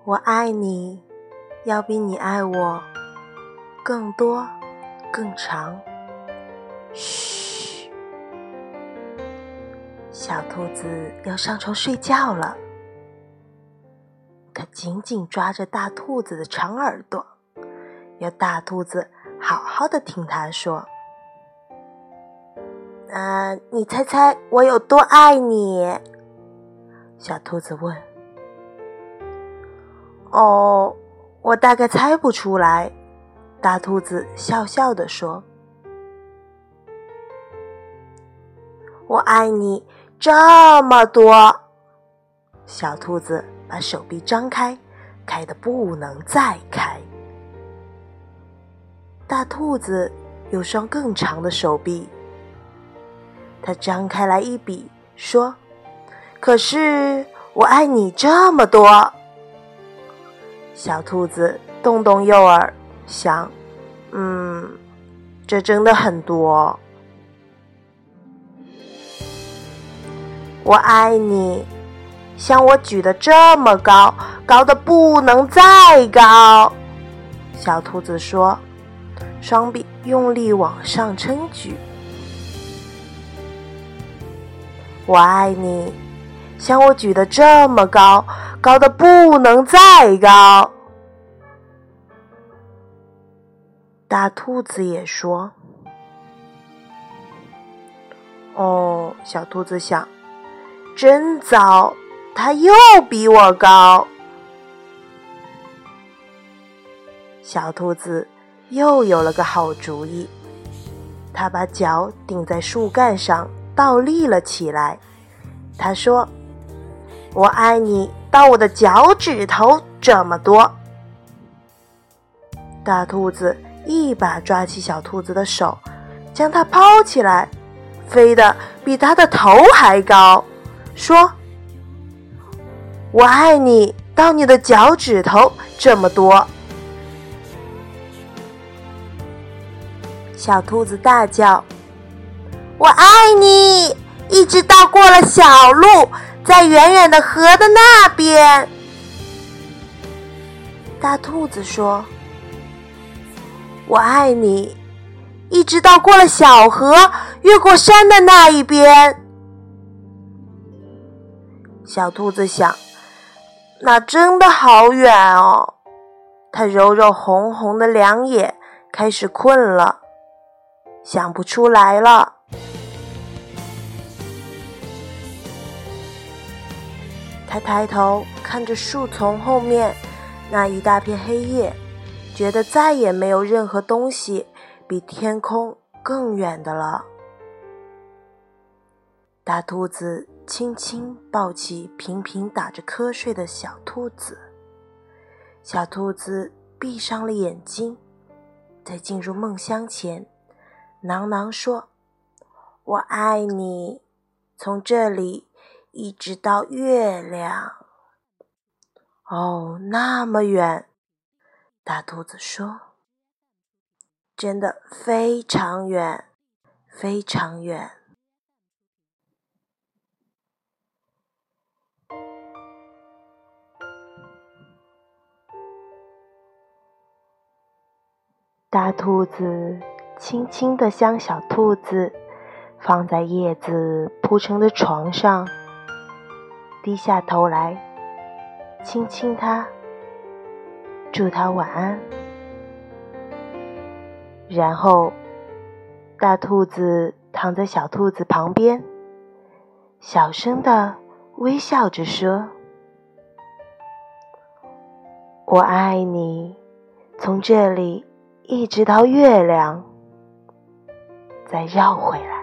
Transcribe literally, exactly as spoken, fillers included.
我爱你，要比你爱我更多更长。嘘，小兔子要上床睡觉了。它紧紧抓着大兔子的长耳朵，要大兔子好好的听它说。啊，你猜猜我有多爱你？小兔子问。哦，我大概猜不出来，大兔子笑笑地说。我爱你这么多。小兔子把手臂张开，开得不能再开。大兔子有双更长的手臂，它张开来一比，说：可是我爱你这么多。小兔子动动右耳，想，嗯，这真的很多。我爱你，像我举得这么高，高得不能再高。小兔子说，双臂用力往上撑举。我爱你，像我举得这么高，高得不能再高。大兔子也说。哦，小兔子想，真糟，它又比我高。小兔子又有了个好主意，它把脚顶在树干上，倒立了起来。它说，我爱你到我的脚趾头这么多。大兔子一把抓起小兔子的手，将它抛起来，飞得比它的头还高，说，我爱你到你的脚趾头这么多。小兔子大叫，我爱你，一直到过了小路，在远远的河的那边。大兔子说，我爱你，一直到过了小河，越过山的那一边。小兔子想，那真的好远哦。它揉揉红红的两眼，开始困了，想不出来了。他抬头看着树丛后面那一大片黑夜，觉得再也没有任何东西比天空更远的了。大兔子轻轻抱起频频打着瞌睡的小兔子，小兔子闭上了眼睛，在进入梦乡前，喃喃说，我爱你，从这里一直到月亮。哦，那么远。大兔子说，真的非常远，非常远。大兔子轻轻地将小兔子放在叶子铺成的床上，低下头来亲亲它，祝它晚安。然后大兔子躺在小兔子旁边，小声地微笑着说，我爱你，从这里一直到月亮，再绕回来。